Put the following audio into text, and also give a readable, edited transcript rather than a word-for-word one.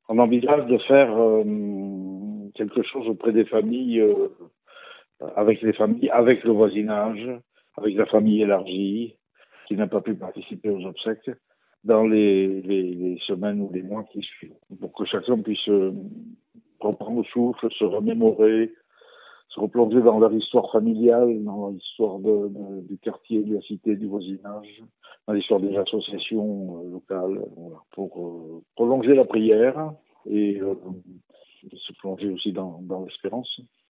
On envisage de faire quelque chose auprès des familles, avec les familles, avec le voisinage, avec la famille élargie, qui n'a pas pu participer aux obsèques, dans les semaines ou les mois qui suivent, pour que chacun puisse reprendre le souffle, se remémorer, se replonger dans leur histoire familiale, dans l'histoire du quartier, de la cité, du voisinage, dans l'histoire des associations locales, voilà, pour prolonger la prière et se plonger aussi dans l'espérance.